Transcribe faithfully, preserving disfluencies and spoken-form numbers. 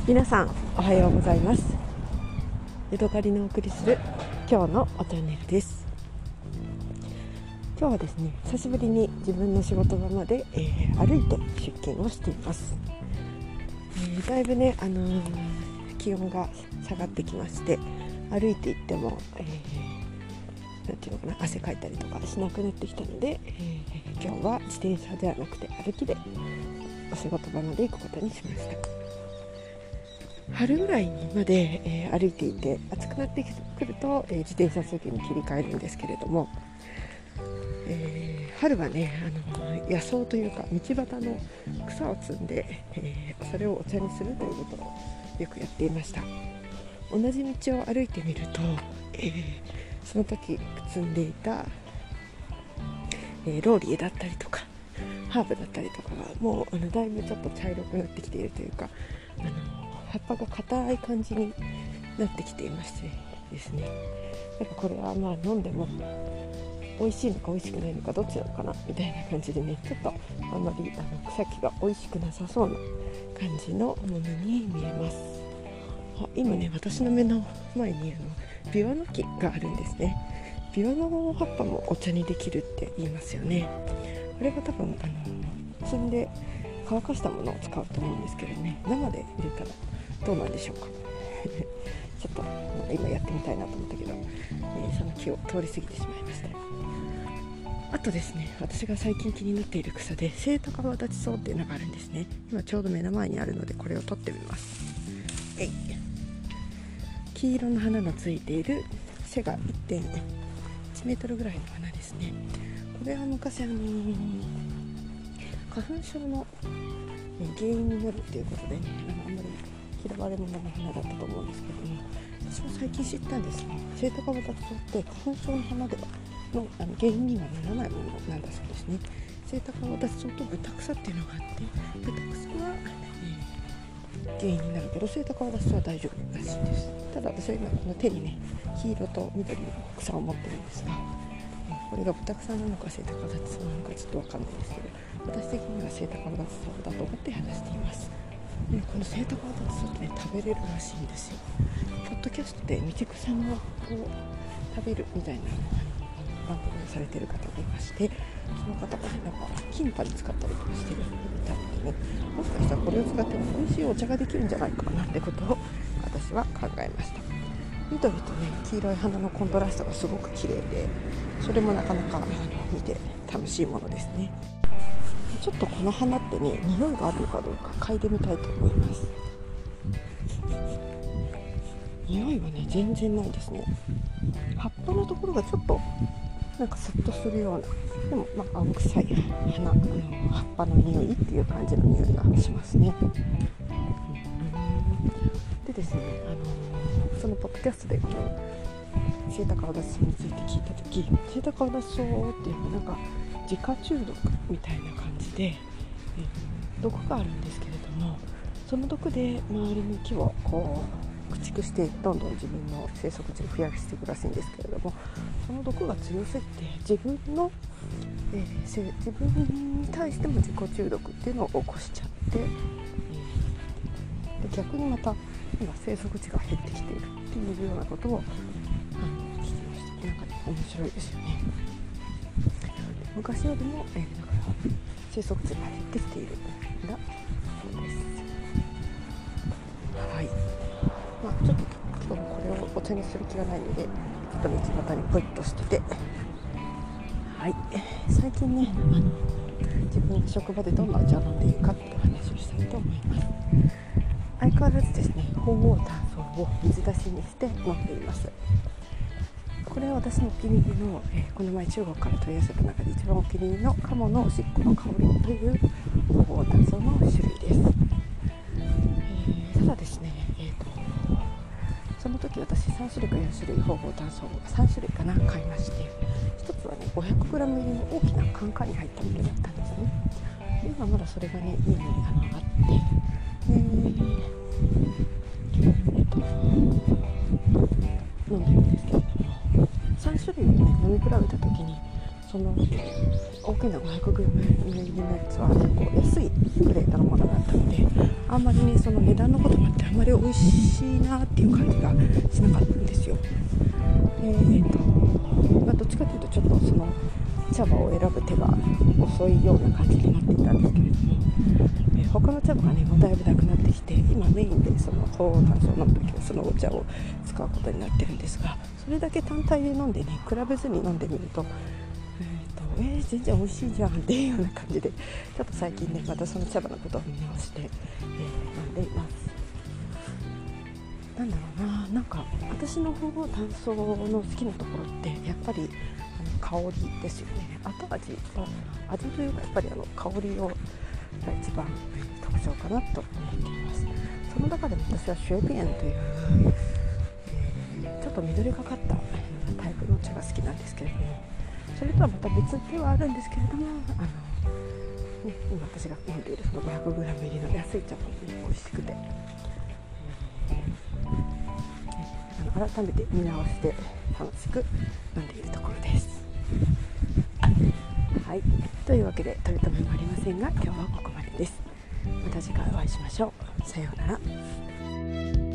皆さんおはようございます。ヤドカリのお送りする今日のおチャンネルです。今日はですね、久しぶりに自分の仕事場まで、えー、歩いて出勤をしています。えー、だいぶね、あのー、気温が下がってきまして、歩いていっても、えー、なんていうのかな、汗かいたりとかしなくなってきたので、えー、今日は自転車ではなくて歩きでお仕事場まで行くことにしました。春ぐらいまで、えー、歩いていて、暑くなってくると、えー、自転車通勤に切り替えるんですけれども、えー、春はね、あの野草というか道端の草を摘んで、えー、それをお茶にするということをよくやっていました。同じ道を歩いてみると、えー、その時摘んでいた、えー、ローリエだったりとかハーブだったりとかがもうあのだいぶちょっと茶色くなってきているというか、あの葉っぱが硬い感じになってきていましてですね、やっぱこれはまあ飲んでも美味しいのか美味しくないのかどっちなのかなみたいな感じでね、ちょっとあんまりあの草木が美味しくなさそうな感じのものに見えます。あ、今ね、私の目の前にあのビワの木があるんですね。ビワの葉っぱもお茶にできるって言いますよね。これは多分あの摘んで乾かしたものを使うと思うんですけどね、生で入れたらどうなんでしょうかちょっと今やってみたいなと思ったけど、えー、その木を通り過ぎてしまいました。あとですね、私が最近気になっている草でセイタカアワダチソウっていうのがあるんですね。今ちょうど目の前にあるのでこれを取ってみます。えい、黄色の花のついている背が いってんいちメートルぐらいの花ですね。これは昔あのー、花粉症の原因になるっていうことでね、あのあんまり嫌われ者の花だったと思うんですけども、私も最近知ったんですね。セイタカアワダチソウって花粉症の花ではの, あの原因にはならないものなんだそうですね。セイタカアワダチソウとブタクサっていうのがあって、ブタクサは、えー、原因になるけどセイタカアワダチソウは大丈夫らしいです。ただ私は今この手にね、黄色と緑の草を持ってるんですが、これがブタクサなのかセイタカアワダチソウなのかちょっとわかんないですけど、私的にはセイタカアワダチソウだと思って話しています。でこのセイタカアワダチソウってね、食べれるらしいんですよ。ポッドキャストで道草のを食べるみたいな番組をされている方がいまして、その方がね、なんかキンパに使ったりとかしてるみたいなので、もしかしたらこれを使っても美味しいお茶ができるんじゃないかなってことを私は考えました。緑とね、黄色い花のコントラストがすごく綺麗で、それもなかなかあの見て楽しいものですね。ちょっとこの花ってね、匂いがあるのかどうか嗅いでみたいと思います。匂いはね、全然ないですね。葉っぱのところがちょっとなんかスッとするような、でもまあ青臭い花、あの葉っぱの匂いっていう感じの匂いがしますね。うん、でですね、あのー、そのポッドキャストでこのセイタカアワダチソウについて聞いたとき、セイタカアワダチソウっていうのはなんか自家中毒みたいな感じで、えー、毒があるんですけれども、その毒で周りの木をこう駆逐してどんどん自分の生息地を増やしていくらしいんですけれども、その毒が強すぎて自分の、えー、自分に対しても自己中毒っていうのを起こしちゃって、えー、で逆にまた今生息地が減ってきているっていうようなことをあの聞きました。なんかね、面白いですよね。昔よりも、えー、だから生息地が減ってきているんだそうです。はい、まあ、ちょっと今日もこれをお茶にする気がないので、ちょっと道端にポイッとしてて、はい、最近ね、あの自分の職場でどんなお茶を飲んでいるかっていう話をしたいと思います。相変わらずですね、鳳凰炭素を水出しにして飲んでいます。これは私のお気に入りの、えー、この前中国から取り寄せた中で一番お気に入りの鴨のおしっこの香りという鳳凰炭素の種類です。えー、ただですね、えーとその時私さん種類かよん種類鳳凰炭素をさん種類かな買いまして、ひとつはね ごひゃくグラム 入りの大きなカンカンに入ったものだったんですね。今まだそれがね家にあのあって、えーえっと飲んでるんですけれども、さん種類をね飲み比べた時にその大きな ごひゃくグラム 入りのやつは結構安いグレードのものだったので、ああんまりねその値段のこともあってあんまり美味しいなっていう感じがしなかったんですよ。えーとまあ、どっちかというとちょっとその茶葉を選ぶ手が遅いような感じになっていたんですけれども、えー、他の茶葉がねもうだいぶなくなってきて、今メインでその鳳凰炭素を飲むときはそのお茶を使うことになってるんですが、それだけ単体で飲んでね比べずに飲んでみるとえー、全然美味しいじゃんっていうような感じで、ちょっと最近ねまたその茶葉のことを見直して、えー、飲んでいます。なんだろうな、なんか私の鳳凰炭素の好きなところってやっぱりあの香りですよね。後味は味というかやっぱりあの香りをが一番特徴かなと思っています。その中でも私はシュエビエンという、えー、ちょっと緑がかったタイプの茶が好きなんですけれども、それとはまた別ではあるんですけれども、あの、ね、今私が飲んでいるその ごひゃくグラム 入りの安い茶も、ね、美味しくて、えー、あの改めて見直して楽しく飲んでいるところです。はい、というわけで取り留めもありませんが今日はここまでです。また次回お会いしましょう。さようなら。